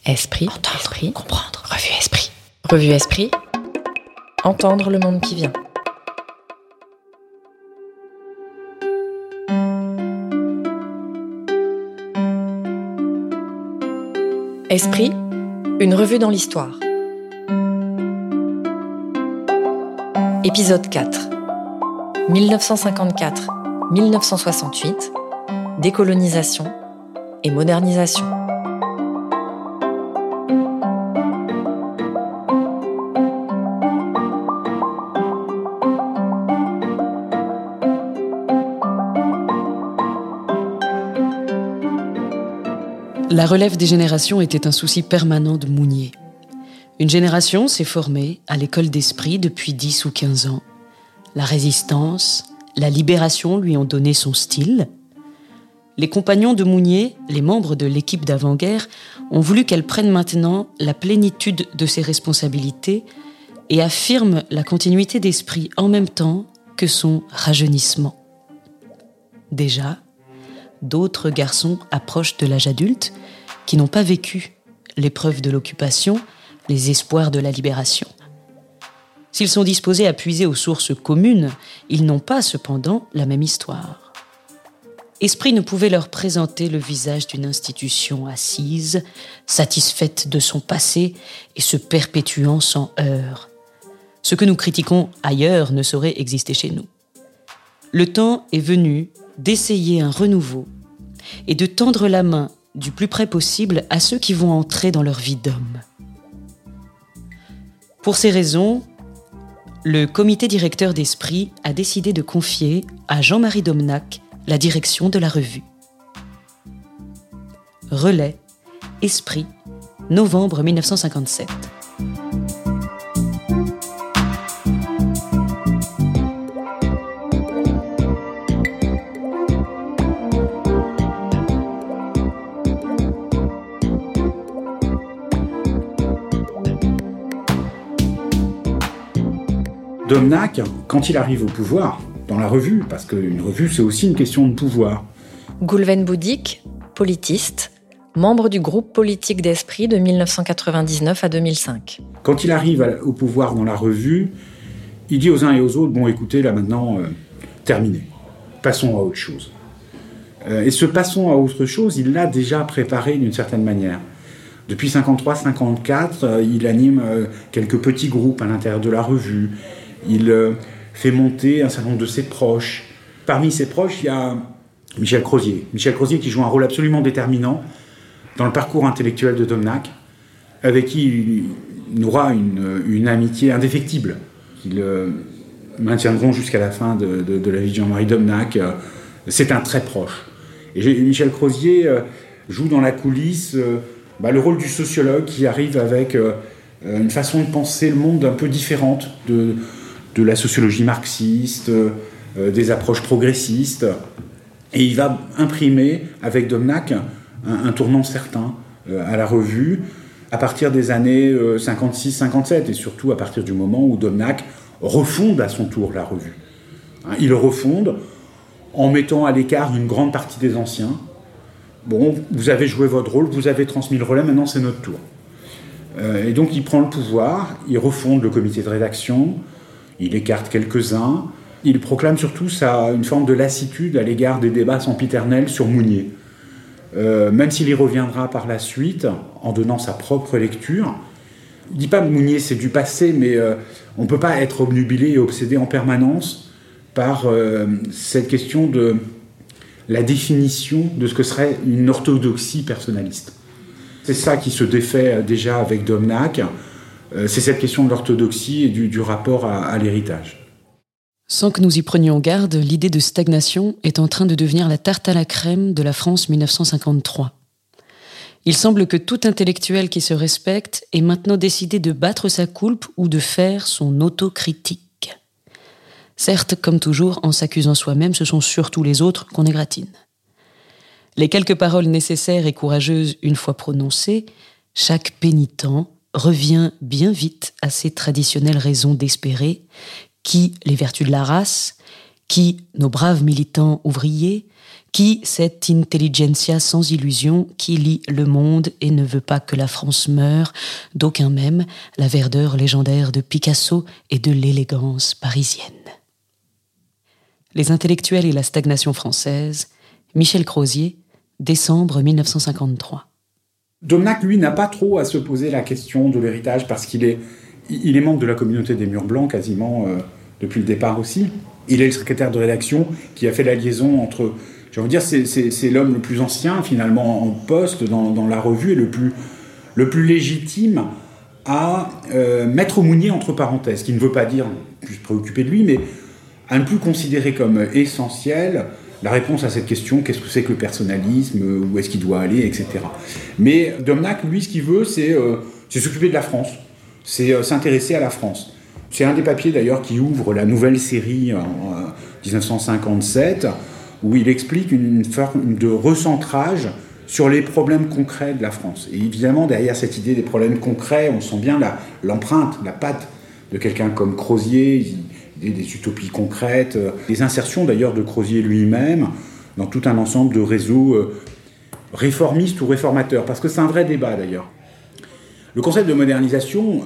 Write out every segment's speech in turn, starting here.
Esprit, entendre, esprit, comprendre. Revue Esprit. Revue Esprit. Entendre le monde qui vient. Esprit, une revue dans l'histoire. Épisode 4. 1954-1968. Décolonisation et modernisation. La relève des générations était un souci permanent de Mounier. Une génération s'est formée à l'école d'Esprit depuis 10 ou 15 ans. La résistance, la libération lui ont donné son style. Les compagnons de Mounier, les membres de l'équipe d'avant-guerre, ont voulu qu'elle prenne maintenant la plénitude de ses responsabilités et affirme la continuité d'esprit en même temps que son rajeunissement. Déjà, d'autres garçons approchent de l'âge adulte qui n'ont pas vécu l'épreuve de l'occupation, les espoirs de la libération. S'ils sont disposés à puiser aux sources communes, ils n'ont pas cependant la même histoire. Esprit ne pouvait leur présenter le visage d'une institution assise, satisfaite de son passé et se perpétuant sans heurts. Ce que nous critiquons ailleurs ne saurait exister chez nous. Le temps est venu d'essayer un renouveau et de tendre la main du plus près possible à ceux qui vont entrer dans leur vie d'homme. Pour ces raisons, le comité directeur d'Esprit a décidé de confier à Jean-Marie Domnac la direction de la revue. Relais, Esprit, novembre 1957. Domnac, quand il arrive au pouvoir, dans la revue, parce qu'une revue, c'est aussi une question de pouvoir. Goulven Boudic, politiste, membre du groupe politique d'Esprit de 1999 à 2005. Quand il arrive au pouvoir dans la revue, il dit aux uns et aux autres, bon écoutez, là maintenant, terminé. Passons à autre chose. Et ce passons à autre chose, il l'a déjà préparé d'une certaine manière. Depuis 53-54, il anime quelques petits groupes à l'intérieur de la revue. Il fait monter un certain nombre de ses proches. Parmi ses proches, il y a Michel Crozier. Michel Crozier qui joue un rôle absolument déterminant dans le parcours intellectuel de Domnac, avec qui il aura une amitié indéfectible, qu'ils maintiendront jusqu'à la fin de la vie de Jean-Marie Domnac. C'est un très proche. Et Michel Crozier joue dans la coulisse le rôle du sociologue qui arrive avec une façon de penser le monde un peu différente de la sociologie marxiste, des approches progressistes. Et il va imprimer avec Domnac un tournant certain à la revue à partir des années 56-57 et surtout à partir du moment où Domnac refonde à son tour la revue. Il refonde en mettant à l'écart une grande partie des anciens. Bon, vous avez joué votre rôle, vous avez transmis le relais, maintenant c'est notre tour. Et donc il prend le pouvoir, il refonde le comité de rédaction, il écarte quelques-uns, il proclame surtout une forme de lassitude à l'égard des débats sempiternels sur Mounier. Même s'il y reviendra par la suite, en donnant sa propre lecture, il ne dit pas que Mounier c'est du passé, mais on ne peut pas être obnubilé et obsédé en permanence par cette question de la définition de ce que serait une orthodoxie personnaliste. C'est ça qui se défait déjà avec Domnac, c'est cette question de l'orthodoxie et du rapport à l'héritage. Sans que nous y prenions garde, l'idée de stagnation est en train de devenir la tarte à la crème de la France 1953. Il semble que tout intellectuel qui se respecte ait maintenant décidé de battre sa coulpe ou de faire son autocritique. Certes, comme toujours, en s'accusant soi-même, ce sont surtout les autres qu'on égratine. Les quelques paroles nécessaires et courageuses une fois prononcées, chaque pénitent revient bien vite à ses traditionnelles raisons d'espérer, qui les vertus de la race, qui nos braves militants ouvriers, Qui cette intelligentsia sans illusion qui lit le monde et ne veut pas que la France meure, d'aucun même la verdeur légendaire de Picasso et de l'élégance parisienne. Les intellectuels et la stagnation française, Michel Crozier, décembre 1953. Domnac, lui, n'a pas trop à se poser la question de l'héritage parce qu'il est membre de la communauté des Murs Blancs quasiment depuis le départ aussi. Il est le secrétaire de rédaction qui a fait la liaison entre... J'ai envie de dire, c'est l'homme le plus ancien, finalement, en poste dans la revue et le plus légitime à mettre Mounier entre parenthèses, ce qui ne veut pas dire plus préoccupé de lui, mais à ne plus considérer comme essentiel la réponse à cette question, qu'est-ce que c'est que le personnalisme, où est-ce qu'il doit aller, etc. Mais Domnac, lui, ce qu'il veut, c'est s'occuper de la France, c'est s'intéresser à la France. C'est un des papiers, d'ailleurs, qui ouvre la nouvelle série en 1957, où il explique une forme de recentrage sur les problèmes concrets de la France. Et évidemment, derrière cette idée des problèmes concrets, on sent bien l'empreinte, la patte de quelqu'un comme Crozier, des utopies concrètes, des insertions d'ailleurs de Crozier lui-même dans tout un ensemble de réseaux réformistes ou réformateurs, parce que c'est un vrai débat d'ailleurs. Le concept de modernisation,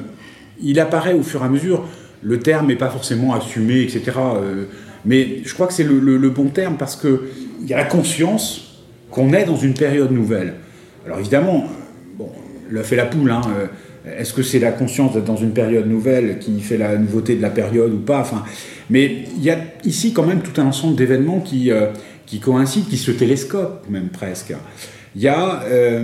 il apparaît au fur et à mesure, le terme n'est pas forcément assumé, etc., mais je crois que c'est le bon terme, parce qu'il y a la conscience qu'on est dans une période nouvelle. Alors évidemment, bon, l'œuf et la poule, hein, est-ce que c'est la conscience d'être dans une période nouvelle qui fait la nouveauté de la période ou pas, enfin, mais il y a ici quand même tout un ensemble d'événements qui coïncident, qui se télescopent même presque. Il y a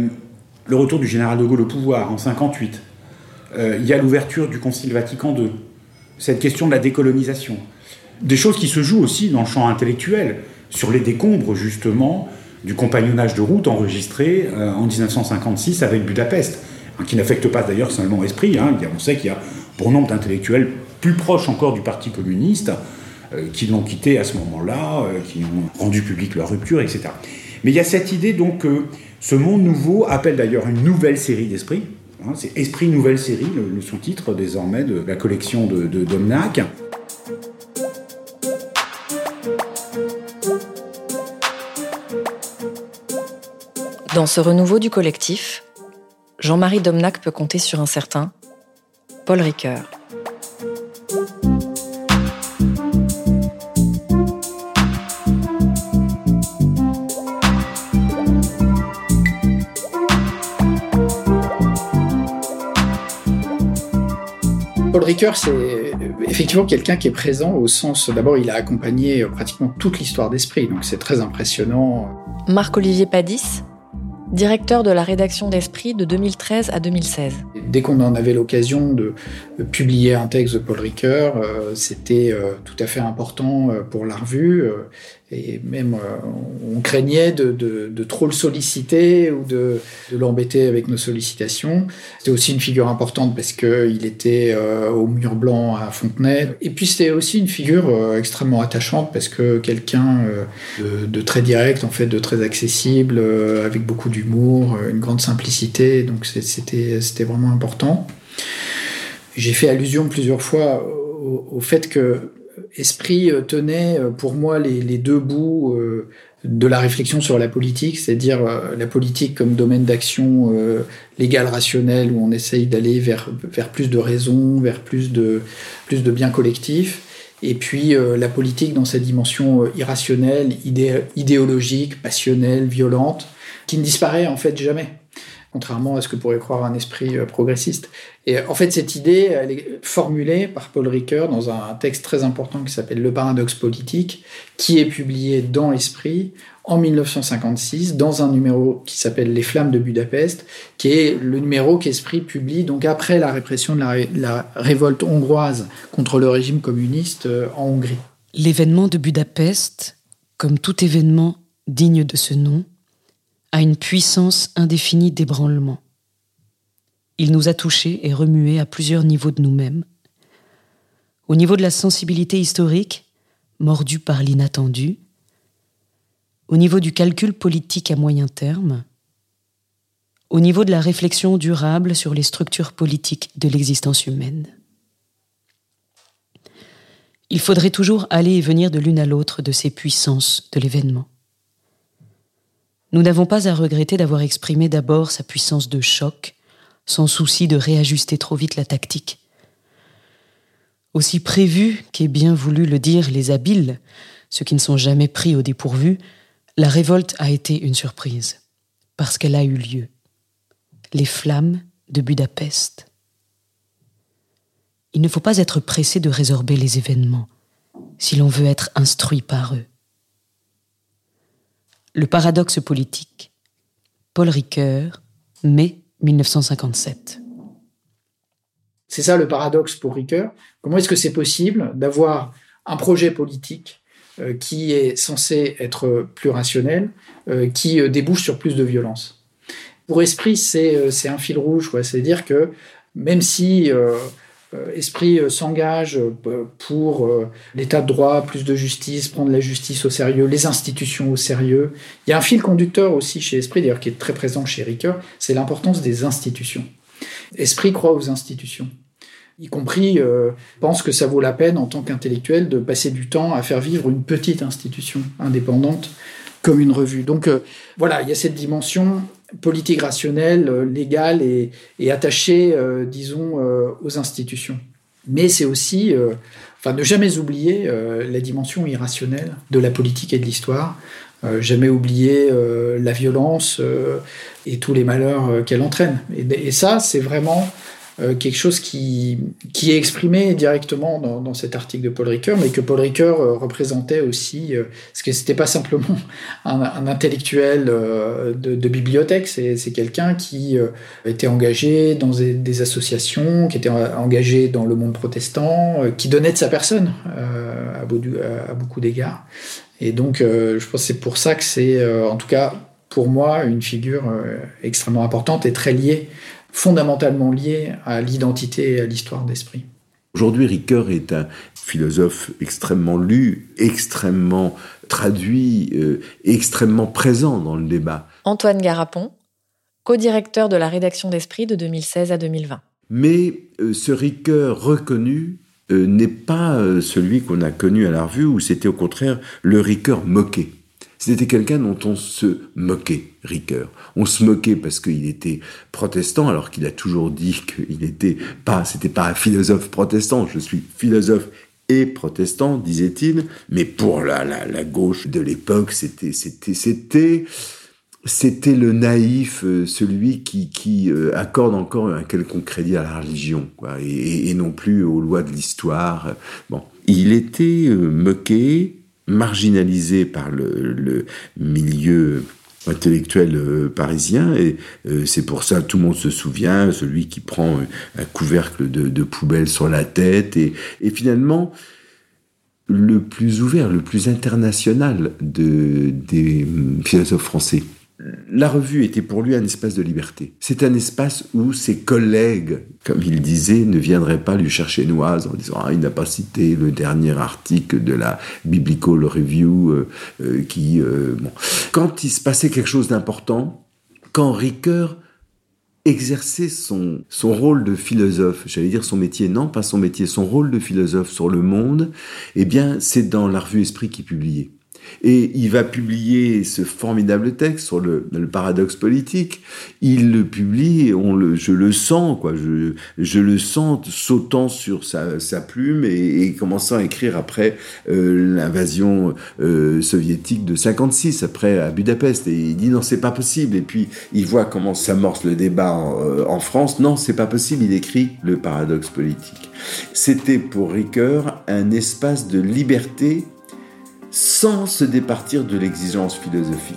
le retour du général de Gaulle au pouvoir en 1958. Il y a l'ouverture du Concile Vatican II. Cette question de la décolonisation. Des choses qui se jouent aussi dans le champ intellectuel, sur les décombres justement du compagnonnage de route enregistré en 1956 avec Budapest, qui n'affecte pas d'ailleurs seulement Esprit. On sait qu'il y a bon nombre d'intellectuels plus proches encore du Parti communiste qui l'ont quitté à ce moment-là, qui ont rendu public leur rupture, etc. Mais il y a cette idée donc que ce monde nouveau appelle d'ailleurs une nouvelle série d'Esprit. C'est Esprit Nouvelle Série, le sous-titre désormais de la collection de Domnac. Dans ce renouveau du collectif, Jean-Marie Domnac peut compter sur un certain Paul Ricoeur. Paul Ricoeur, c'est effectivement quelqu'un qui est présent au sens... D'abord, il a accompagné pratiquement toute l'histoire d'Esprit, donc c'est très impressionnant. Marc-Olivier Padis, directeur de la rédaction d'Esprit de 2013 à 2016. Dès qu'on en avait l'occasion de publier un texte de Paul Ricoeur, c'était tout à fait important pour la revue. Et même, on craignait de trop le solliciter ou de l'embêter avec nos sollicitations. C'était aussi une figure importante parce qu'il était au Mur Blanc à Fontenay. Et puis, c'était aussi une figure extrêmement attachante parce que quelqu'un de très direct, en fait, de très accessible, avec beaucoup d'humour, une grande simplicité. Donc, c'était vraiment important. J'ai fait allusion plusieurs fois au fait que Esprit tenait pour moi les deux bouts de la réflexion sur la politique, c'est-à-dire la politique comme domaine d'action légal, rationnel, où on essaye d'aller vers plus de raison, vers plus de bien collectif, et puis la politique dans sa dimension irrationnelle, idéologique, passionnelle, violente, qui ne disparaît en fait jamais, contrairement à ce que pourrait croire un esprit progressiste. Et en fait, cette idée, elle est formulée par Paul Ricoeur dans un texte très important qui s'appelle « Le paradoxe politique », qui est publié dans Esprit en 1956, dans un numéro qui s'appelle « Les flammes de Budapest », qui est le numéro qu'Esprit publie donc après la répression de la révolte hongroise contre le régime communiste en Hongrie. L'événement de Budapest, comme tout événement digne de ce nom, a une puissance indéfinie d'ébranlement. Il nous a touchés et remués à plusieurs niveaux de nous-mêmes. Au niveau de la sensibilité historique, mordue par l'inattendu, au niveau du calcul politique à moyen terme, au niveau de la réflexion durable sur les structures politiques de l'existence humaine. Il faudrait toujours aller et venir de l'une à l'autre de ces puissances de l'événement. Nous n'avons pas à regretter d'avoir exprimé d'abord sa puissance de choc, sans souci de réajuster trop vite la tactique. Aussi prévu qu'aient bien voulu le dire les habiles, ceux qui ne sont jamais pris au dépourvu, la révolte a été une surprise, parce qu'elle a eu lieu. Les flammes de Budapest. Il ne faut pas être pressé de résorber les événements, si l'on veut être instruit par eux. Le paradoxe politique. Paul Ricoeur, mai 1957. C'est ça le paradoxe pour Ricoeur. Comment est-ce que c'est possible d'avoir un projet politique qui est censé être plus rationnel, qui débouche sur plus de violence? Pour Esprit, c'est un fil rouge, quoi. C'est-à-dire que même si Esprit s'engage pour l'état de droit, plus de justice, prendre la justice au sérieux, les institutions au sérieux, il y a un fil conducteur aussi chez Esprit, d'ailleurs qui est très présent chez Ricoeur, c'est l'importance des institutions. Esprit croit aux institutions. Y compris pense que ça vaut la peine en tant qu'intellectuel de passer du temps à faire vivre une petite institution indépendante comme une revue. Donc voilà, il y a cette dimension politique rationnelle, légale et attachée, disons, aux institutions. Mais c'est aussi, ne jamais oublier la dimension irrationnelle de la politique et de l'histoire, jamais oublier la violence et tous les malheurs qu'elle entraîne. Et ça, c'est vraiment quelque chose qui est exprimé directement dans cet article de Paul Ricoeur, mais que Paul Ricoeur représentait aussi, parce que c'était pas simplement un intellectuel de bibliothèque, c'est quelqu'un qui était engagé dans des associations, qui était engagé dans le monde protestant, qui donnait de sa personne à beaucoup d'égards. Et donc, je pense que c'est pour ça que c'est, en tout cas, pour moi, une figure extrêmement importante et très liée, fondamentalement lié à l'identité et à l'histoire d'Esprit. Aujourd'hui, Ricoeur est un philosophe extrêmement lu, extrêmement traduit, extrêmement présent dans le débat. Antoine Garapon, co-directeur de la rédaction d'Esprit de 2016 à 2020. Mais ce Ricoeur reconnu n'est pas celui qu'on a connu à la revue, où c'était au contraire le Ricoeur moqué. C'était quelqu'un dont on se moquait, Ricoeur. On se moquait parce qu'il était protestant, alors qu'il a toujours dit c'était pas un philosophe protestant. Je suis philosophe et protestant, disait-il. Mais pour la gauche de l'époque, c'était le naïf, celui qui accorde encore un quelconque crédit à la religion, quoi, et non plus aux lois de l'histoire. Bon, il était moqué, marginalisé par le milieu intellectuel parisien, et c'est pour ça tout le monde se souvient, celui qui prend un couvercle de poubelle sur la tête, et finalement le plus ouvert, le plus international des philosophes français. La revue était pour lui un espace de liberté. C'est un espace où ses collègues, comme il disait, ne viendraient pas lui chercher noise en disant « il n'a pas cité le dernier article de la Biblical Review Quand il se passait quelque chose d'important, quand Ricoeur exerçait son rôle de philosophe, j'allais dire son métier, non pas son métier, son rôle de philosophe sur le monde, eh bien c'est dans la revue Esprit qu'il publiait. Et il va publier ce formidable texte sur le paradoxe politique. Il le publie, je le sens, quoi. Je le sens sautant sur sa plume et commençant à écrire après l'invasion soviétique de 56, après à Budapest. Et il dit non, c'est pas possible. Et puis il voit comment s'amorce le débat en France. Non, c'est pas possible. Il écrit le paradoxe politique. C'était pour Ricoeur un espace de liberté sans se départir de l'exigence philosophique.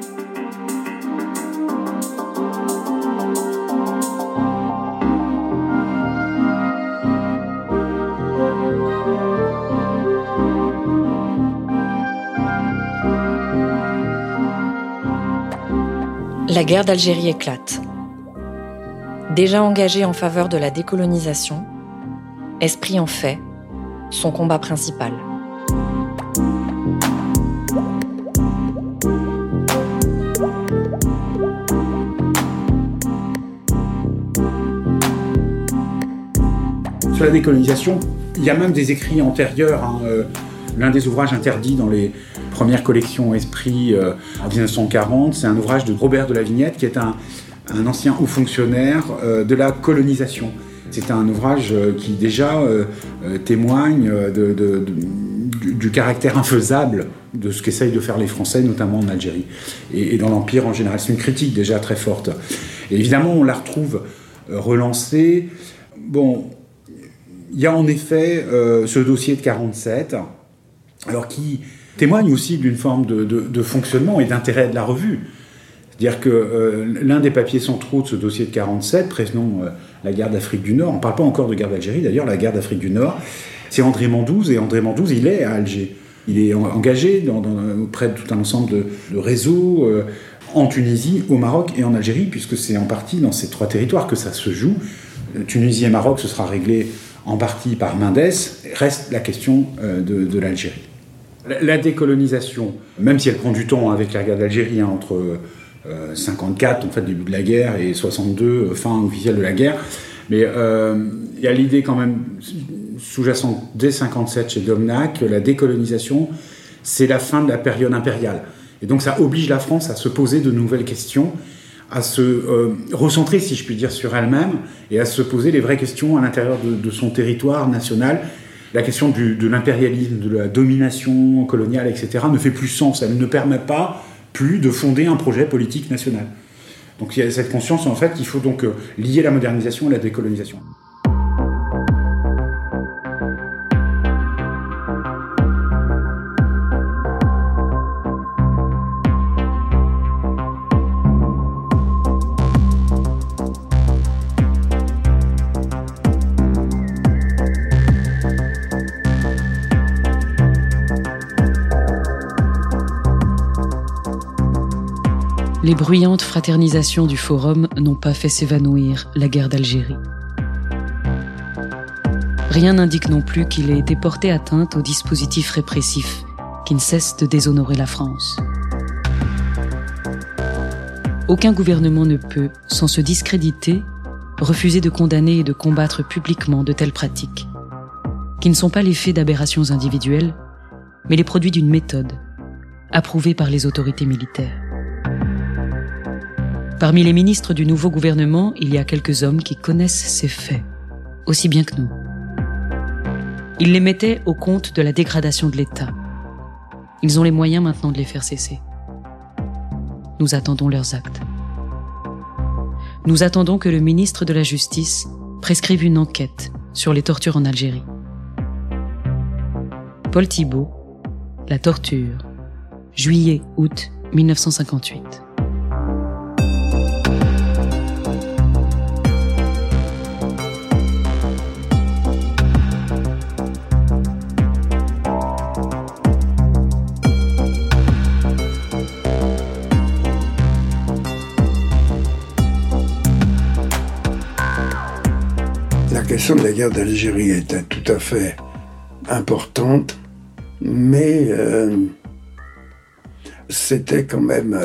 La guerre d'Algérie éclate. Déjà engagé en faveur de la décolonisation, Esprit en fait son combat principal. Sur la décolonisation, il y a même des écrits antérieurs l'un des ouvrages interdits dans les premières collections Esprit en 1940. C'est un ouvrage de Robert de la Vignette, qui est un ancien haut fonctionnaire de la colonisation. C'est un ouvrage qui déjà témoigne du caractère infaisable de ce qu'essayent de faire les Français, notamment en Algérie et dans l'Empire en général. C'est une critique déjà très forte. Et évidemment, on la retrouve relancée. Bon, il y a en effet ce dossier de 47, alors qui témoigne aussi d'une forme de fonctionnement et d'intérêt de la revue. C'est-à-dire que l'un des papiers centraux de ce dossier de 47, prévenant la guerre d'Afrique du Nord, on ne parle pas encore de guerre d'Algérie d'ailleurs, la guerre d'Afrique du Nord, c'est André Mandouze, et André Mandouze, il est à Alger. Il est engagé auprès de tout un ensemble de réseaux en Tunisie, au Maroc et en Algérie, puisque c'est en partie dans ces trois territoires que ça se joue. Tunisie et Maroc, ce sera réglé en partie par Mendes. Reste la question de l'Algérie. La décolonisation, même si elle prend du temps avec la guerre d'Algérie, entre 54, en fait, début de la guerre, et 62, fin officielle de la guerre, mais il y a l'idée quand même sous-jacente dès 57 chez Domnac que la décolonisation, c'est la fin de la période impériale. Et donc ça oblige la France à se poser de nouvelles questions, à se recentrer, si je puis dire, sur elle-même, et à se poser les vraies questions à l'intérieur de son territoire national. La question de l'impérialisme, de la domination coloniale, etc., ne fait plus sens. Elle ne permet pas plus de fonder un projet politique national. Donc il y a cette conscience, en fait, qu'il faut donc lier la modernisation à la décolonisation. Les bruyantes fraternisations du Forum n'ont pas fait s'évanouir la guerre d'Algérie. Rien n'indique non plus qu'il ait été porté atteinte aux dispositifs répressifs qui ne cessent de déshonorer la France. Aucun gouvernement ne peut, sans se discréditer, refuser de condamner et de combattre publiquement de telles pratiques, qui ne sont pas l'effet d'aberrations individuelles, mais les produits d'une méthode, approuvée par les autorités militaires. Parmi les ministres du nouveau gouvernement, il y a quelques hommes qui connaissent ces faits, aussi bien que nous. Ils les mettaient au compte de la dégradation de l'État. Ils ont les moyens maintenant de les faire cesser. Nous attendons leurs actes. Nous attendons que le ministre de la Justice prescrive une enquête sur les tortures en Algérie. Paul Thibault, la torture, juillet-août 1958. La question de la guerre d'Algérie était tout à fait importante, mais c'était quand même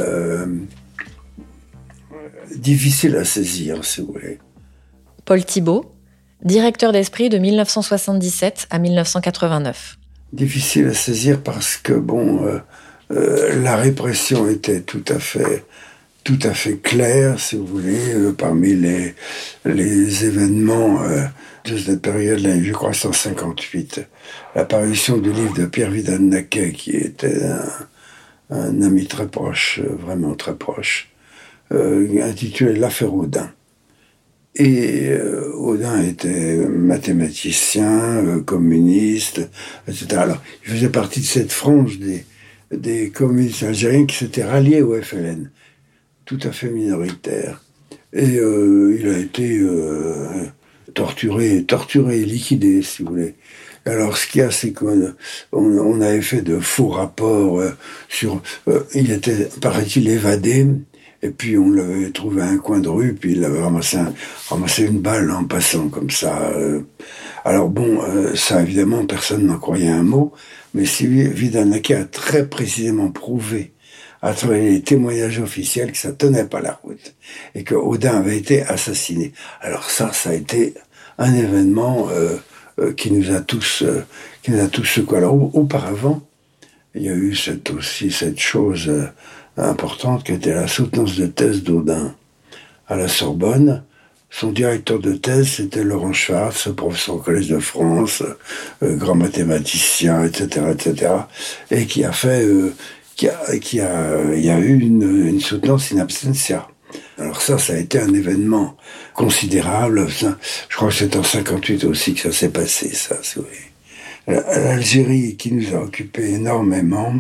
difficile à saisir, si vous voulez. Paul Thibault, directeur d'Esprit de 1977 à 1989. Difficile à saisir parce que, la répression était tout à fait claire, si vous voulez, parmi les événements de cette période-là, je crois 158, l'apparition du livre de Pierre Vidal-Naquet, qui était un ami très proche, vraiment très proche, intitulé L'affaire Audin. Et Audin était mathématicien, communiste, etc. Alors, il faisait partie de cette frange des communistes algériens qui s'étaient ralliés au FLN, tout à fait minoritaire. Et il a été torturé et liquidé, si vous voulez. Alors, ce qu'il y a, c'est qu'on avait fait de faux rapports sur... il était, paraît-il, évadé, et puis on l'avait trouvé à un coin de rue, puis il avait ramassé une balle en passant comme ça. Alors ça, évidemment, personne n'en croyait un mot, mais si Vidal-Naquet a très précisément prouvé à travers les témoignages officiels que ça tenait pas la route et que Audin avait été assassiné. Alors ça a été un événement qui nous a tous secoués. Alors auparavant, il y a eu cette chose importante qui était la soutenance de thèse d'Audin à la Sorbonne. Son directeur de thèse, c'était Laurent Schwartz, professeur au Collège de France, grand mathématicien, etc., et qui a fait, il y a eu une soutenance in absentia. Alors ça a été un événement considérable. Ça, je crois que c'est en 58 aussi que ça s'est passé, ça, si vous voulez. L'Algérie qui nous a occupés énormément,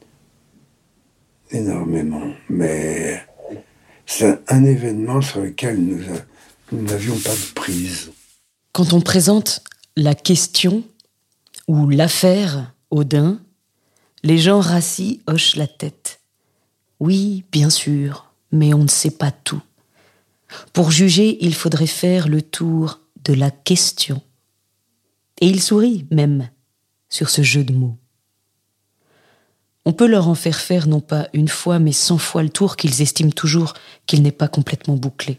mais c'est un événement sur lequel nous n'avions pas de prise. Quand on présente la question ou l'affaire Audin, les gens rassis hochent la tête. Oui, bien sûr, mais on ne sait pas tout. Pour juger, il faudrait faire le tour de la question. Et ils sourient même sur ce jeu de mots. On peut leur en faire non pas une fois, mais 100 fois le tour qu'ils estiment toujours qu'il n'est pas complètement bouclé.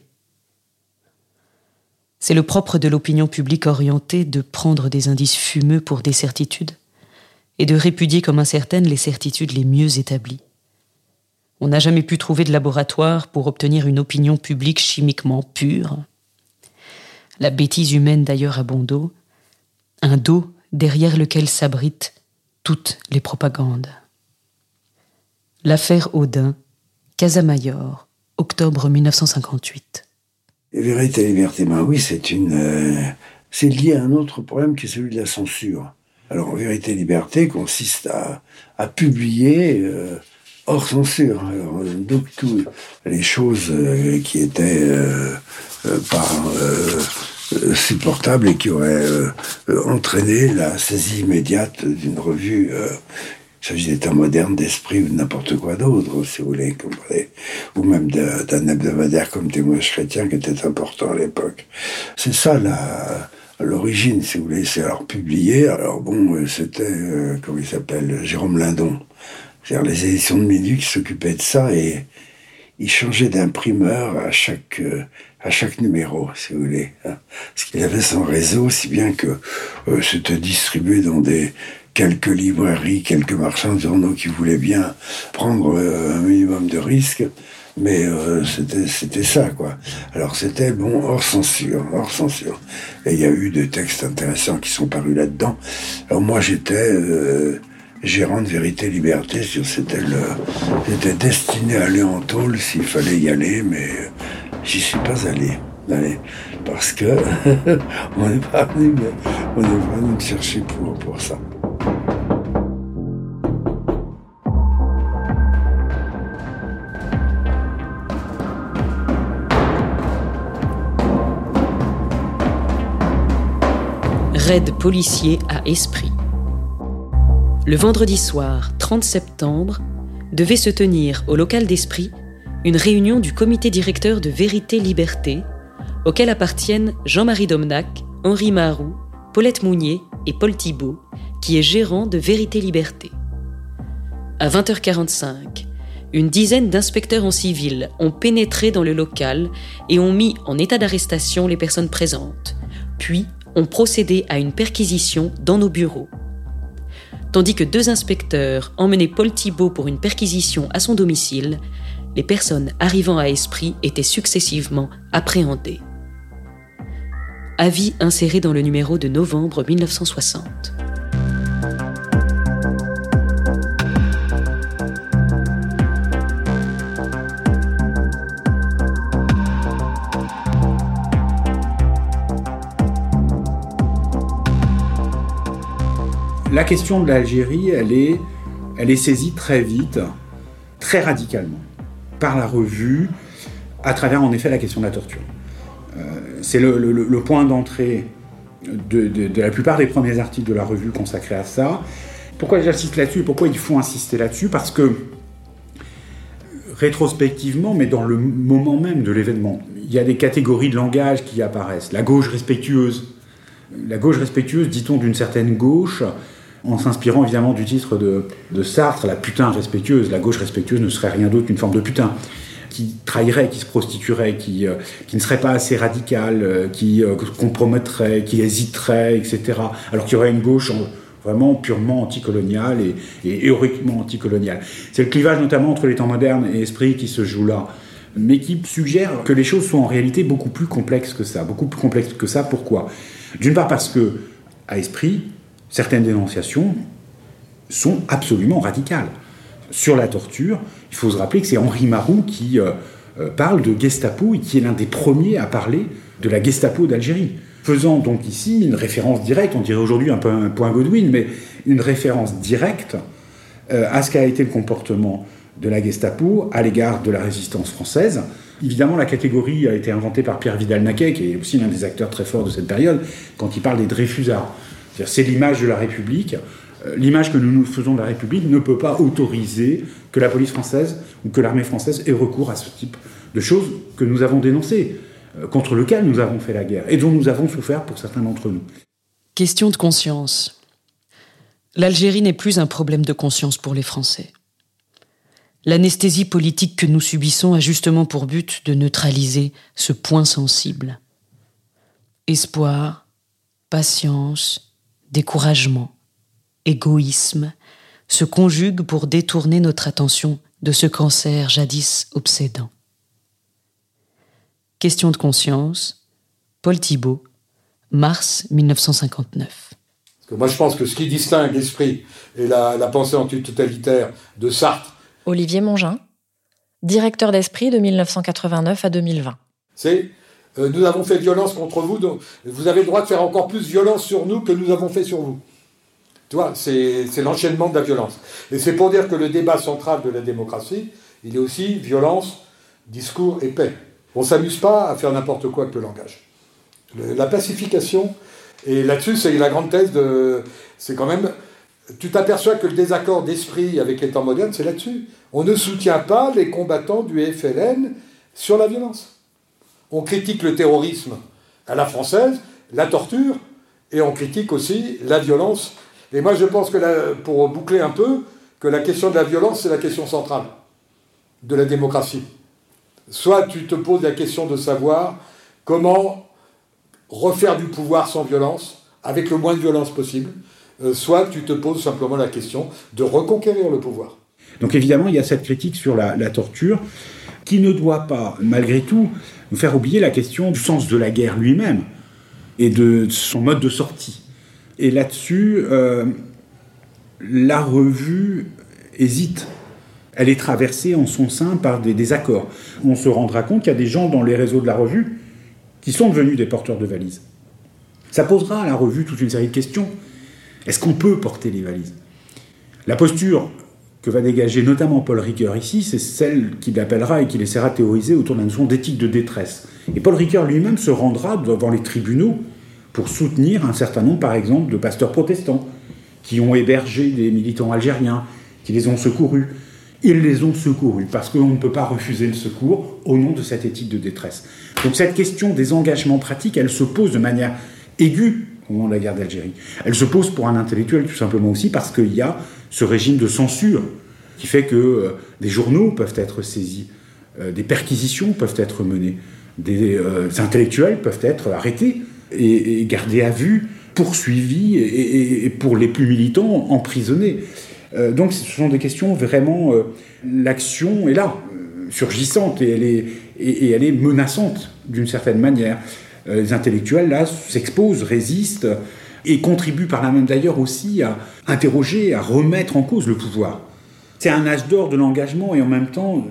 C'est le propre de l'opinion publique orientée de prendre des indices fumeux pour des certitudes et de répudier comme incertaines les certitudes les mieux établies. On n'a jamais pu trouver de laboratoire pour obtenir une opinion publique chimiquement pure. La bêtise humaine d'ailleurs a bon dos, un dos derrière lequel s'abritent toutes les propagandes. L'affaire Audin, Casamayor, octobre 1958. Vérité et liberté, ben oui, c'est lié à un autre problème qui est celui de la censure. Alors, vérité et liberté consiste à publier hors censure. Alors, donc, toutes les choses qui étaient pas supportables et qui auraient entraîné la saisie immédiate d'une revue. Il s'agit des temps modernes, d'Esprit ou de n'importe quoi d'autre, si vous voulez, ou même d'un hebdomadaire comme Témoignage chrétien qui était important à l'époque. C'est ça l'origine, si vous voulez, c'est alors publié. Alors bon, c'était, comment il s'appelle, Jérôme Lindon. C'est-à-dire les éditions de Minuit qui s'occupaient de ça et il changeait d'imprimeur à chaque numéro, si vous voulez. Parce qu'il avait son réseau, si bien que c'était distribué dans quelques librairies, quelques marchands de journaux qui voulaient bien prendre un minimum de risques, mais c'était ça, quoi. Alors c'était, bon, hors censure. Et il y a eu des textes intéressants qui sont parus là-dedans. Alors moi, j'étais gérant de Vérité et Liberté, j'étais destiné à aller en tôle s'il fallait y aller, mais j'y suis pas allé. Parce que on n'est pas venu me chercher pour ça. Raid policier à Esprit. Le vendredi soir, 30 septembre, devait se tenir au local d'Esprit une réunion du comité directeur de Vérité-Liberté, auquel appartiennent Jean-Marie Domnac, Henri Maroux, Paulette Mounier et Paul Thibault, qui est gérant de Vérité-Liberté. À 20h45, une dizaine d'inspecteurs en civil ont pénétré dans le local et ont mis en état d'arrestation les personnes présentes, puis ont procédé à une perquisition dans nos bureaux. Tandis que 2 inspecteurs emmenaient Paul Thibault pour une perquisition à son domicile, les personnes arrivant à Esprit étaient successivement appréhendées. Avis inséré dans le numéro de novembre 1960. La question de l'Algérie, elle est saisie très vite, très radicalement, par la revue, à travers en effet la question de la torture. C'est le point d'entrée de la plupart des premiers articles de la revue consacrés à ça. Pourquoi j'insiste là-dessus et pourquoi il faut insister là-dessus ? Parce que, rétrospectivement, mais dans le moment même de l'événement, il y a des catégories de langage qui apparaissent. La gauche respectueuse, dit-on d'une certaine gauche, en s'inspirant évidemment du titre de Sartre, la putain respectueuse. La gauche respectueuse ne serait rien d'autre qu'une forme de putain. qui trahirait, qui se prostituerait, qui ne serait pas assez radical, qui compromettrait, qui hésiterait, etc. Alors qu'il y aurait une gauche vraiment purement anticoloniale et héroïquement anticoloniale. C'est le clivage notamment entre les temps modernes et esprit qui se joue là, mais qui suggère que les choses sont en réalité beaucoup plus complexes que ça. Beaucoup plus complexes que ça, pourquoi ? D'une part parce que, à esprit, certaines dénonciations sont absolument radicales. Sur la torture, il faut se rappeler que c'est Henri Marou qui parle de Gestapo et qui est l'un des premiers à parler de la Gestapo d'Algérie. Faisant donc ici une référence directe, on dirait aujourd'hui un peu un point Godwin, mais une référence directe à ce qu'a été le comportement de la Gestapo à l'égard de la résistance française. Évidemment, la catégorie a été inventée par Pierre Vidal-Naquet, qui est aussi l'un des acteurs très forts de cette période, quand il parle des Dreyfusards. C'est l'image de la République. L'image que nous nous faisons de la République ne peut pas autoriser que la police française ou que l'armée française ait recours à ce type de choses que nous avons dénoncées, contre lequel nous avons fait la guerre et dont nous avons souffert pour certains d'entre nous. Question de conscience. L'Algérie n'est plus un problème de conscience pour les Français. L'anesthésie politique que nous subissons a justement pour but de neutraliser ce point sensible. Espoir, patience, découragement, égoïsme se conjuguent pour détourner notre attention de ce cancer jadis obsédant. Question de conscience, Paul Thibault, mars 1959. Parce que moi je pense que ce qui distingue l'esprit et la pensée antitotalitaire de Sartre, Olivier Mongin, directeur d'Esprit de 1989 à 2020. C'est nous avons fait violence contre vous, donc vous avez le droit de faire encore plus violence sur nous que nous avons fait sur vous. Tu vois, c'est l'enchaînement de la violence. Et c'est pour dire que le débat central de la démocratie, il est aussi violence, discours et paix. On ne s'amuse pas à faire n'importe quoi avec le langage. La pacification, et là-dessus, c'est la grande thèse de... C'est quand même... Tu t'aperçois que le désaccord d'esprit avec les temps modernes, c'est là-dessus. On ne soutient pas les combattants du FLN sur la violence. On critique le terrorisme à la française, la torture, et on critique aussi la violence. Et moi, je pense que, pour boucler un peu, que la question de la violence, c'est la question centrale de la démocratie. Soit tu te poses la question de savoir comment refaire du pouvoir sans violence, avec le moins de violence possible, soit tu te poses simplement la question de reconquérir le pouvoir. Donc évidemment, il y a cette critique sur la torture qui ne doit pas, malgré tout, nous faire oublier la question du sens de la guerre lui-même et de son mode de sortie. Et là-dessus, la revue hésite. Elle est traversée en son sein par des désaccords. On se rendra compte qu'il y a des gens dans les réseaux de la revue qui sont devenus des porteurs de valises. Ça posera à la revue toute une série de questions. Est-ce qu'on peut porter les valises ? La posture que va dégager notamment Paul Ricoeur ici, c'est celle qu'il appellera et qu'il essaiera de théoriser autour de la notion d'éthique de détresse. Et Paul Ricoeur lui-même se rendra devant les tribunaux pour soutenir un certain nombre, par exemple, de pasteurs protestants qui ont hébergé des militants algériens, qui les ont secourus. Ils les ont secourus parce qu'on ne peut pas refuser le secours au nom de cette éthique de détresse. Donc cette question des engagements pratiques, elle se pose de manière aiguë au moment de la guerre d'Algérie. Elle se pose pour un intellectuel tout simplement aussi parce qu'il y a ce régime de censure qui fait que des journaux peuvent être saisis, des perquisitions peuvent être menées, des intellectuels peuvent être arrêtés et gardés à vue, poursuivis et pour les plus militants, emprisonnés. Donc ce sont des questions vraiment... l'action est là, surgissante, et elle est menaçante d'une certaine manière. Les intellectuels, là, s'exposent, résistent, et contribuent par là même d'ailleurs aussi à interroger, à remettre en cause le pouvoir. C'est un âge d'or de l'engagement, et en même temps,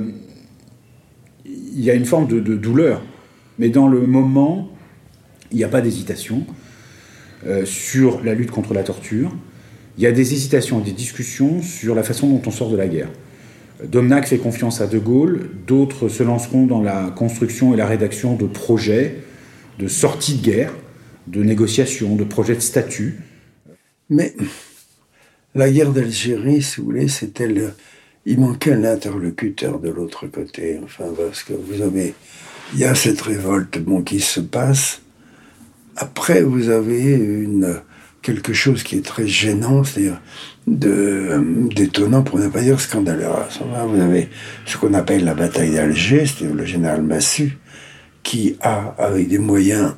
il y a une forme de douleur. Mais dans le moment, il n'y a pas d'hésitation sur la lutte contre la torture. Il y a des hésitations, des discussions sur la façon dont on sort de la guerre. Domnac fait confiance à De Gaulle, d'autres se lanceront dans la construction et la rédaction de projets, de sorties de guerre, de négociations, de projets de statut. Mais la guerre d'Algérie, si vous voulez, il manquait un interlocuteur de l'autre côté. Enfin, parce que il y a cette révolte qui se passe. Après, vous avez une quelque chose qui est très gênant, c'est-à-dire d'étonnant, pour ne pas dire scandaleux. À ce moment-là, vous avez ce qu'on appelle la bataille d'Alger, c'est-à-dire le général Massu, qui a, avec des moyens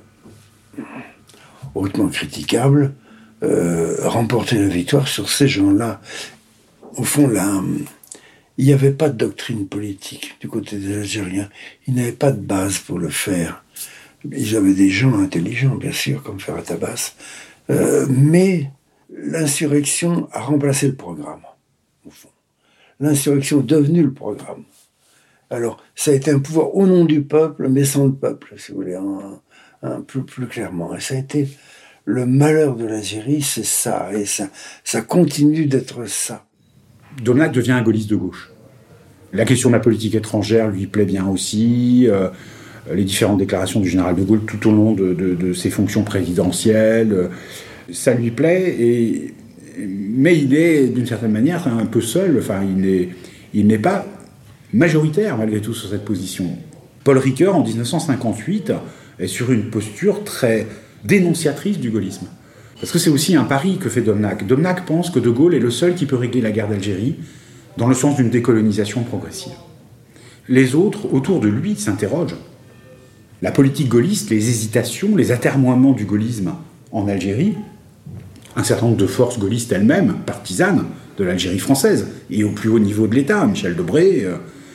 hautement critiquables, remporté la victoire sur ces gens-là. Au fond, là, il n'y avait pas de doctrine politique du côté des Algériens. Ils n'avaient pas de base pour le faire. Ils avaient des gens intelligents, bien sûr, comme Ferhat Abbas, mais l'insurrection a remplacé le programme, au fond. L'insurrection est devenue le programme. Alors, ça a été un pouvoir au nom du peuple, mais sans le peuple, si vous voulez, plus clairement. Et ça a été le malheur de l'Algérie, c'est ça, et ça continue d'être ça. Domnac devient un gaulliste de gauche. La question de la politique étrangère lui plaît bien aussi. Les différentes déclarations du général de Gaulle tout au long de ses fonctions présidentielles, ça lui plaît. Mais il est, d'une certaine manière, un peu seul. Enfin, il n'est pas majoritaire, malgré tout, sur cette position. Paul Ricoeur, en 1958, est sur une posture très dénonciatrice du gaullisme. Parce que c'est aussi un pari que fait Domnac. Domnac pense que De Gaulle est le seul qui peut régler la guerre d'Algérie dans le sens d'une décolonisation progressive. Les autres, autour de lui, s'interrogent. La politique gaulliste, les hésitations, les atermoiements du gaullisme en Algérie, un certain nombre de forces gaullistes elles-mêmes, partisanes de l'Algérie française, et au plus haut niveau de l'État, Michel Debré,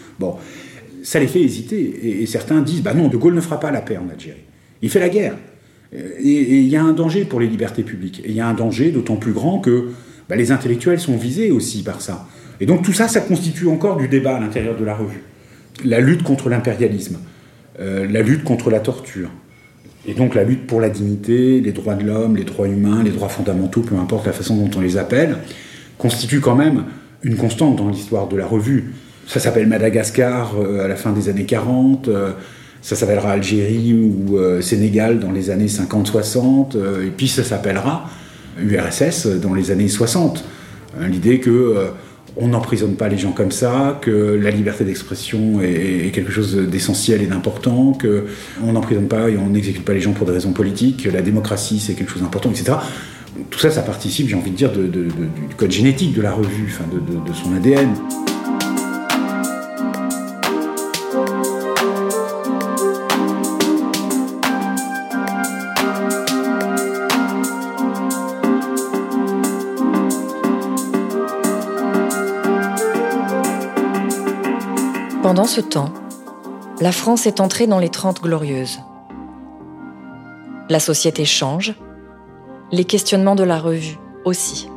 ça les fait hésiter. Et certains disent, non, De Gaulle ne fera pas la paix en Algérie. Il fait la guerre. Et il y a un danger pour les libertés publiques. Et il y a un danger d'autant plus grand que les intellectuels sont visés aussi par ça. Et donc tout ça, ça constitue encore du débat à l'intérieur de la revue. La lutte contre l'impérialisme, la lutte contre la torture, et donc la lutte pour la dignité, les droits de l'homme, les droits humains, les droits fondamentaux, peu importe la façon dont on les appelle, constitue quand même une constante dans l'histoire de la revue. Ça s'appelle Madagascar à la fin des années 40, ça s'appellera Algérie ou Sénégal dans les années 50-60, et puis ça s'appellera URSS dans les années 60. L'idée que on n'emprisonne pas les gens comme ça, que la liberté d'expression est quelque chose d'essentiel et d'important, qu'on n'emprisonne pas et on n'exécute pas les gens pour des raisons politiques, que la démocratie c'est quelque chose d'important, etc. Tout ça, ça participe, j'ai envie de dire, du code génétique de la revue, de son ADN. Pendant ce temps, la France est entrée dans les 30 Glorieuses. La société change, les questionnements de la revue aussi.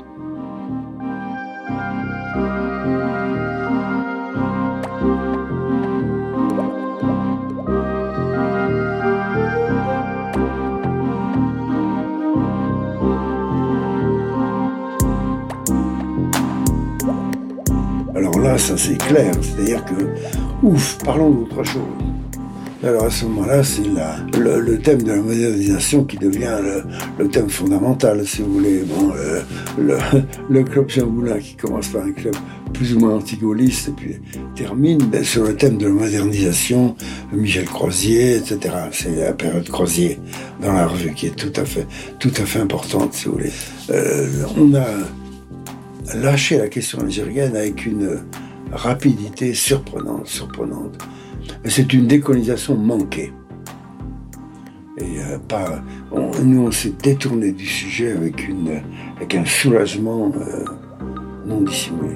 Alors là, ça c'est clair, c'est-à-dire que, parlons d'autre chose. Alors à ce moment-là, c'est le thème de la modernisation qui devient le thème fondamental, si vous voulez. Le club Jean Moulin, qui commence par un club plus ou moins anti-gaulliste, et puis termine sur le thème de la modernisation, Michel Crozier, etc. C'est la période Crozier dans la revue qui est tout à fait importante, si vous voulez. On a lâché la question algérienne avec une rapidité surprenante. Mais c'est une décolonisation manquée. Et nous, on s'est détourné du sujet avec un soulagement non dissimulé.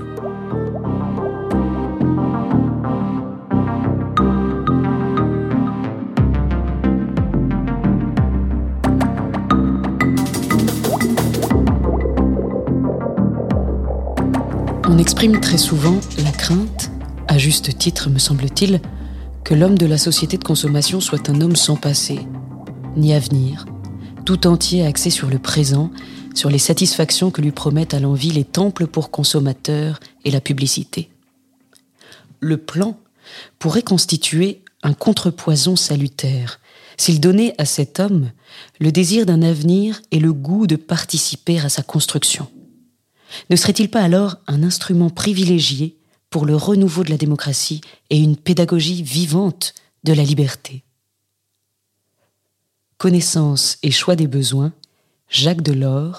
On exprime très souvent la crainte, à juste titre me semble-t-il, que l'homme de la société de consommation soit un homme sans passé, ni avenir, tout entier axé sur le présent, sur les satisfactions que lui promettent à l'envi les temples pour consommateurs et la publicité. Le plan pourrait constituer un contrepoison salutaire, s'il donnait à cet homme le désir d'un avenir et le goût de participer à sa construction. Ne serait-il pas alors un instrument privilégié pour le renouveau de la démocratie et une pédagogie vivante de la liberté? Connaissance et choix des besoins, Jacques Delors,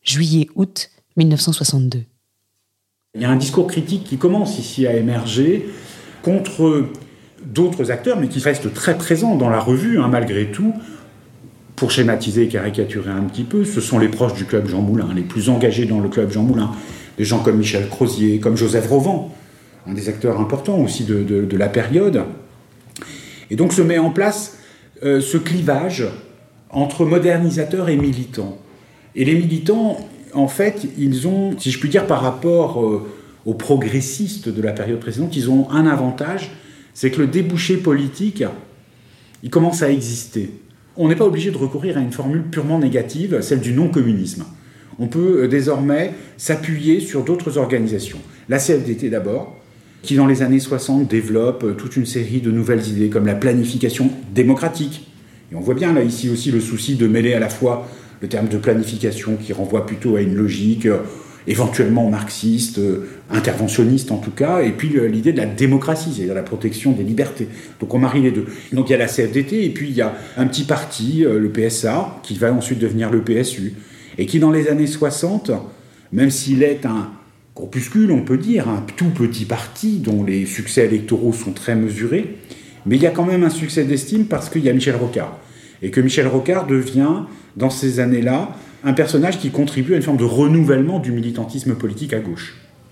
juillet-août 1962. Il y a un discours critique qui commence ici à émerger contre d'autres acteurs, mais qui restent très présents dans la revue, malgré tout. Pour schématiser et caricaturer un petit peu, ce sont les proches du club Jean Moulin, les plus engagés dans le club Jean Moulin. Des gens comme Michel Crozier, comme Joseph Rovan, un des acteurs importants aussi de la période. Et donc se met en place ce clivage entre modernisateurs et militants. Et les militants, en fait, ils ont, si je puis dire, par rapport aux progressistes de la période précédente, ils ont un avantage, c'est que le débouché politique, il commence à exister. On n'est pas obligé de recourir à une formule purement négative, celle du non-communisme. On peut désormais s'appuyer sur d'autres organisations. La CFDT d'abord, qui dans les années 60 développe toute une série de nouvelles idées, comme la planification démocratique. Et on voit bien là ici aussi le souci de mêler à la fois le terme de planification qui renvoie plutôt à une logique éventuellement marxiste, interventionniste en tout cas, et puis l'idée de la démocratie, c'est-à-dire la protection des libertés. Donc on marie les deux. Donc il y a la CFDT, et puis il y a un petit parti, le PSA, qui va ensuite devenir le PSU, et qui dans les années 60, même s'il est un groupuscule, on peut dire, un tout petit parti dont les succès électoraux sont très mesurés, mais il y a quand même un succès d'estime parce qu'il y a Michel Rocard. Et que Michel Rocard devient, dans ces années-là, un personnage qui contribue à une forme de renouvellement du militantisme politique à gauche.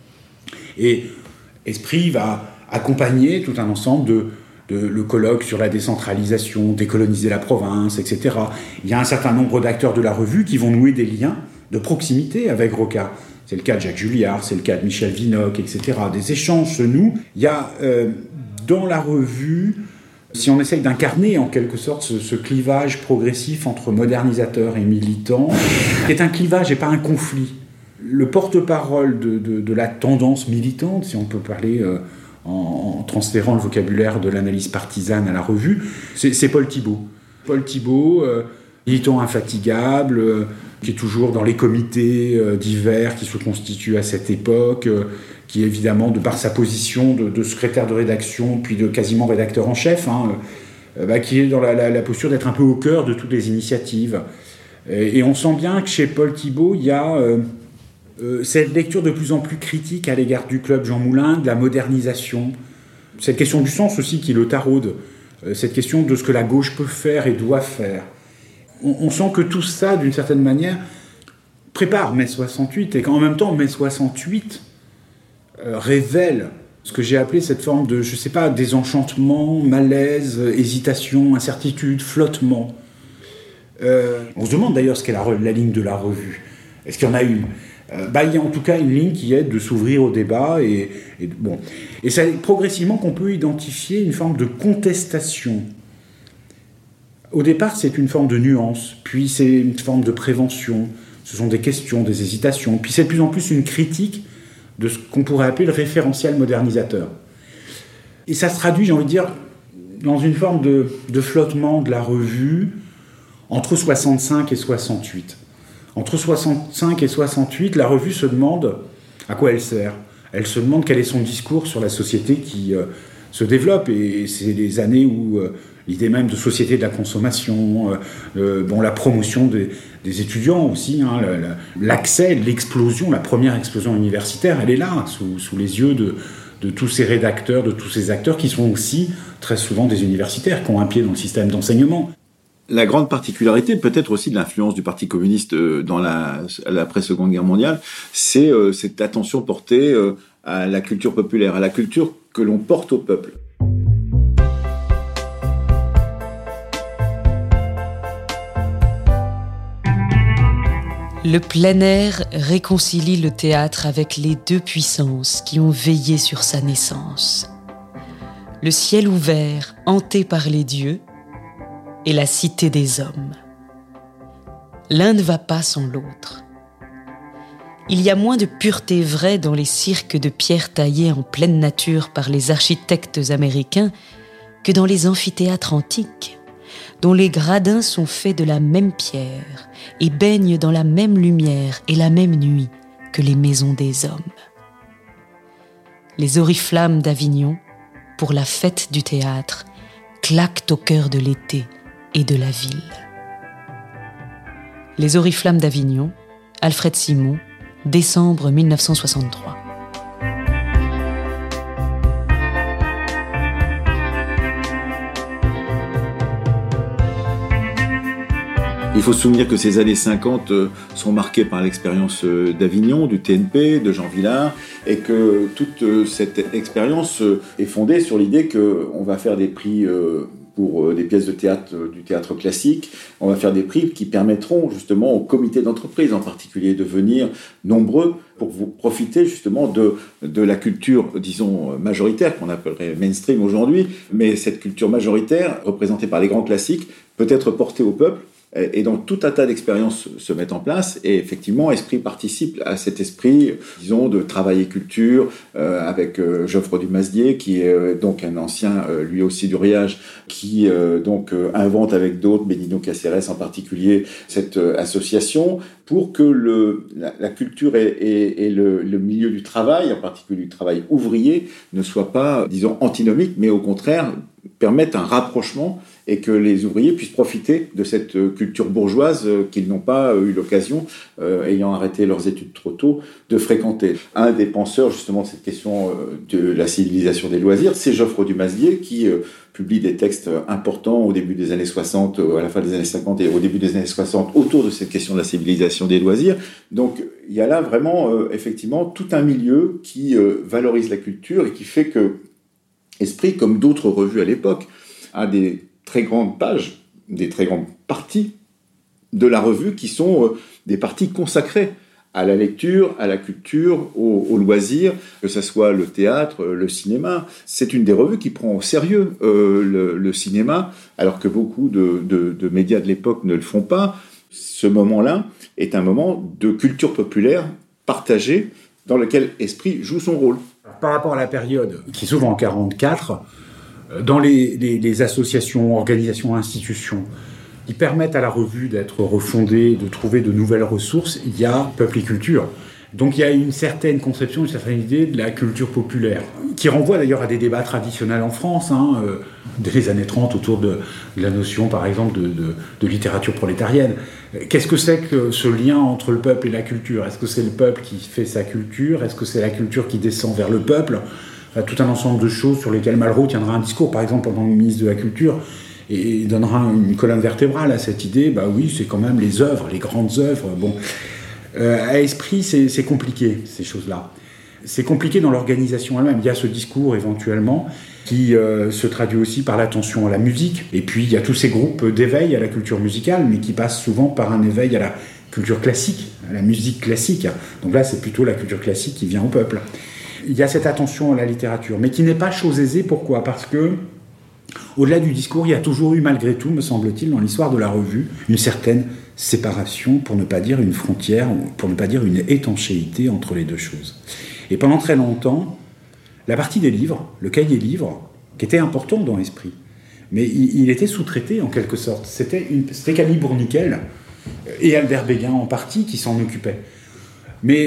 Et Esprit va accompagner tout un ensemble le colloque sur la décentralisation, décoloniser la province, etc. Il y a un certain nombre d'acteurs de la revue qui vont nouer des liens de proximité avec Rocard. C'est le cas de Jacques Julliard, c'est le cas de Michel Vinocq, etc. Des échanges se nouent. Il y a dans la revue, si on essaye d'incarner en quelque sorte ce clivage progressif entre modernisateurs et militants, qui est un clivage et pas un conflit. Le porte-parole de la tendance militante, si on peut parler en transférant le vocabulaire de l'analyse partisane à la revue, c'est Paul Thibault. Paul Thibault, militant infatigable, qui est toujours dans les comités divers qui se constituent à cette époque, qui évidemment, de par sa position de secrétaire de rédaction, puis de quasiment rédacteur en chef, qui est dans la posture d'être un peu au cœur de toutes les initiatives. Et on sent bien que chez Paul Thibault, il y a cette lecture de plus en plus critique à l'égard du club Jean Moulin, de la modernisation, cette question du sens aussi qui le taraude, cette question de ce que la gauche peut faire et doit faire. On sent que tout ça, d'une certaine manière, prépare mai 68, et qu'en même temps, mai 68 révèle ce que j'ai appelé cette forme de, je sais pas, désenchantement, malaise, hésitation, incertitude, flottement. On se demande d'ailleurs ce qu'est la ligne de la revue. Est-ce qu'il y en a une ? Il y a en tout cas une ligne qui est de s'ouvrir au débat, et c'est progressivement qu'on peut identifier une forme de contestation. Au départ, c'est une forme de nuance, puis c'est une forme de prévention, ce sont des questions, des hésitations, puis c'est de plus en plus une critique de ce qu'on pourrait appeler le référentiel modernisateur. Et ça se traduit, j'ai envie de dire, dans une forme de flottement de la revue entre 65 et 68. Entre 65 et 68, la revue se demande à quoi elle sert. Elle se demande quel est son discours sur la société qui se développe, et c'est les années où l'idée même de société de la consommation, la promotion des étudiants aussi, l'accès, l'explosion, la première explosion universitaire, elle est là, sous les yeux de tous ces rédacteurs, de tous ces acteurs qui sont aussi très souvent des universitaires, qui ont un pied dans le système d'enseignement. La grande particularité, peut-être aussi de l'influence du Parti communiste dans l'après-Seconde Guerre mondiale, c'est cette attention portée à la culture populaire, à la culture que l'on porte au peuple. Le plein air réconcilie le théâtre avec les deux puissances qui ont veillé sur sa naissance. Le ciel ouvert, hanté par les dieux, et la cité des hommes. L'un ne va pas sans l'autre. Il y a moins de pureté vraie dans les cirques de pierre taillés en pleine nature par les architectes américains que dans les amphithéâtres antiques, dont les gradins sont faits de la même pierre et baignent dans la même lumière et la même nuit que les maisons des hommes. Les oriflammes d'Avignon, pour la fête du théâtre, claquent au cœur de l'été et de la ville. Les oriflammes d'Avignon, Alfred Simon, décembre 1963. Il faut se souvenir que ces années 50 sont marquées par l'expérience d'Avignon, du TNP, de Jean Vilar, et que toute cette expérience est fondée sur l'idée qu'on va faire des prix pour des pièces de théâtre, du théâtre classique. On va faire des prix qui permettront justement aux comités d'entreprise en particulier de venir nombreux pour vous profiter justement de la culture, disons, majoritaire, qu'on appellerait mainstream aujourd'hui, mais cette culture majoritaire, représentée par les grands classiques, peut être portée au peuple. Et donc tout un tas d'expériences se mettent en place et effectivement Esprit participe à cet esprit, disons, de travail et culture avec Geoffroy Dumazedier qui est donc un ancien lui aussi du Riage qui donc invente avec d'autres, Benigno Caceres en particulier, cette association pour que la culture et le milieu du travail, en particulier du travail ouvrier, ne soient pas, disons, antinomiques, mais au contraire permettent un rapprochement et que les ouvriers puissent profiter de cette culture bourgeoise qu'ils n'ont pas eu l'occasion, ayant arrêté leurs études trop tôt, de fréquenter. Un des penseurs justement de cette question de la civilisation des loisirs, c'est Geoffroy Dumazedier qui publie des textes importants au début des années 60, à la fin des années 50 et au début des années 60 autour de cette question de la civilisation des loisirs. Donc il y a là vraiment effectivement tout un milieu qui valorise la culture et qui fait que Esprit, comme d'autres revues à l'époque, a des très grandes pages, des très grandes parties de la revue qui sont des parties consacrées à la lecture, à la culture, aux loisirs, que ce soit le théâtre, le cinéma. C'est une des revues qui prend au sérieux le cinéma, alors que beaucoup de médias de l'époque ne le font pas. Ce moment-là est un moment de culture populaire partagée dans lequel Esprit joue son rôle. Par rapport à la période qui s'ouvre en 1944, dans les associations, organisations, institutions, qui permettent à la revue d'être refondée, de trouver de nouvelles ressources, il y a Peuple et Culture. Donc il y a une certaine conception, une certaine idée de la culture populaire, qui renvoie d'ailleurs à des débats traditionnels en France, dès les années 30, autour de la notion, par exemple, de littérature prolétarienne. Qu'est-ce que c'est que ce lien entre le peuple et la culture ? Est-ce que c'est le peuple qui fait sa culture ? Est-ce que c'est la culture qui descend vers le peuple ? Tout un ensemble de choses sur lesquelles Malraux tiendra un discours, par exemple, pendant le ministre de la Culture, et donnera une colonne vertébrale à cette idée, bah oui, c'est quand même les œuvres, les grandes œuvres, bon... à Esprit, c'est compliqué, ces choses-là. C'est compliqué dans l'organisation elle-même. Il y a ce discours, éventuellement, qui se traduit aussi par l'attention à la musique. Et puis, il y a tous ces groupes d'éveil à la culture musicale, mais qui passent souvent par un éveil à la culture classique, à la musique classique. Donc là, c'est plutôt la culture classique qui vient au peuple. Il y a cette attention à la littérature, mais qui n'est pas chose aisée. Pourquoi ? Parce que, au-delà du discours, il y a toujours eu, malgré tout, me semble-t-il, dans l'histoire de la revue, une certaine séparation, pour ne pas dire une frontière, pour ne pas dire une étanchéité entre les deux choses. Et pendant très longtemps, la partie des livres, le cahier livre, qui était important dans Esprit, mais il était sous-traité en quelque sorte. C'était Camille Bourniquel et Albert Béguin en partie qui s'en occupaient. Mais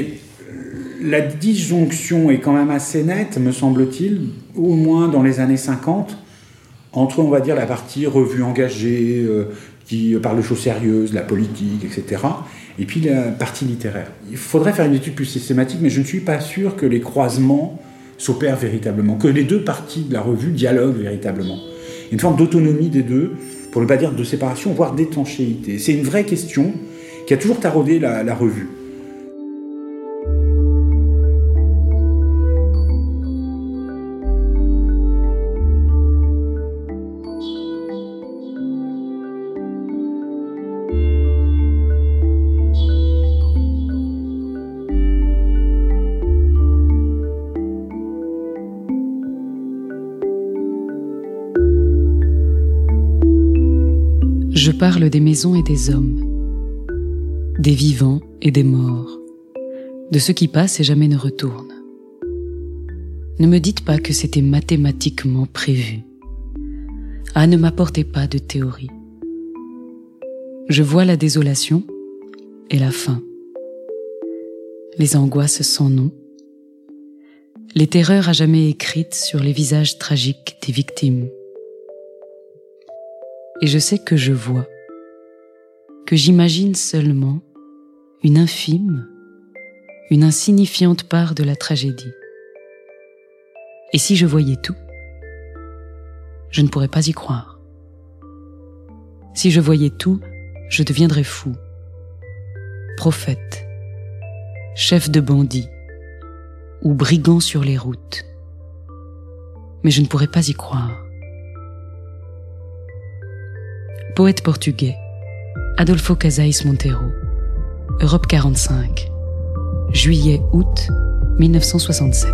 la disjonction est quand même assez nette, me semble-t-il, au moins dans les années 50, entre, on va dire, la partie revue engagée, qui parle de choses sérieuses, la politique, etc., et puis la partie littéraire. Il faudrait faire une étude plus systématique, mais je ne suis pas sûr que les croisements s'opèrent véritablement, que les deux parties de la revue dialoguent véritablement. Il y a une forme d'autonomie des deux, pour ne pas dire de séparation, voire d'étanchéité. C'est une vraie question qui a toujours taraudé la revue. Je parle des maisons et des hommes, des vivants et des morts, de ceux qui passent et jamais ne retournent. Ne me dites pas que c'était mathématiquement prévu. Ah, ne m'apportez pas de théorie. Je vois la désolation et la faim, les angoisses sans nom, les terreurs à jamais écrites sur les visages tragiques des victimes. Et je sais que je vois, que j'imagine seulement une infime, une insignifiante part de la tragédie. Et si je voyais tout, je ne pourrais pas y croire. Si je voyais tout, je deviendrais fou, prophète, chef de bandits ou brigand sur les routes. Mais je ne pourrais pas y croire. Poète portugais, Adolfo Casais Monteiro, Europe 45, juillet-août 1967.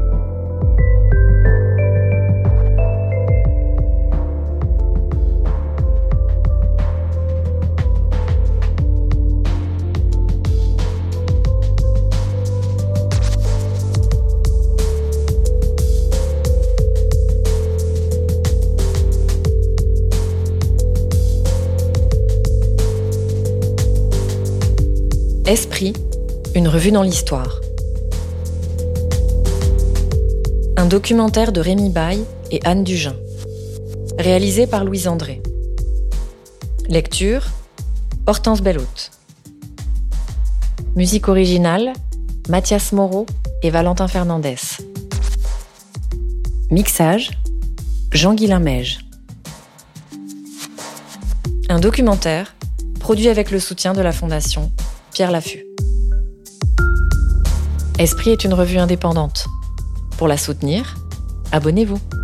Esprit, une revue dans l'histoire. Un documentaire de Rémi Baille et Anne Dugin. Réalisé par Louise André. Lecture, Hortense Bellhôte. Musique originale, Mathias Moreau et Valentin Fernandez. Mixage, Jean-Guilain Meige. Un documentaire produit avec le soutien de la Fondation Pierre Laffut. Esprit est une revue indépendante. Pour la soutenir, abonnez-vous.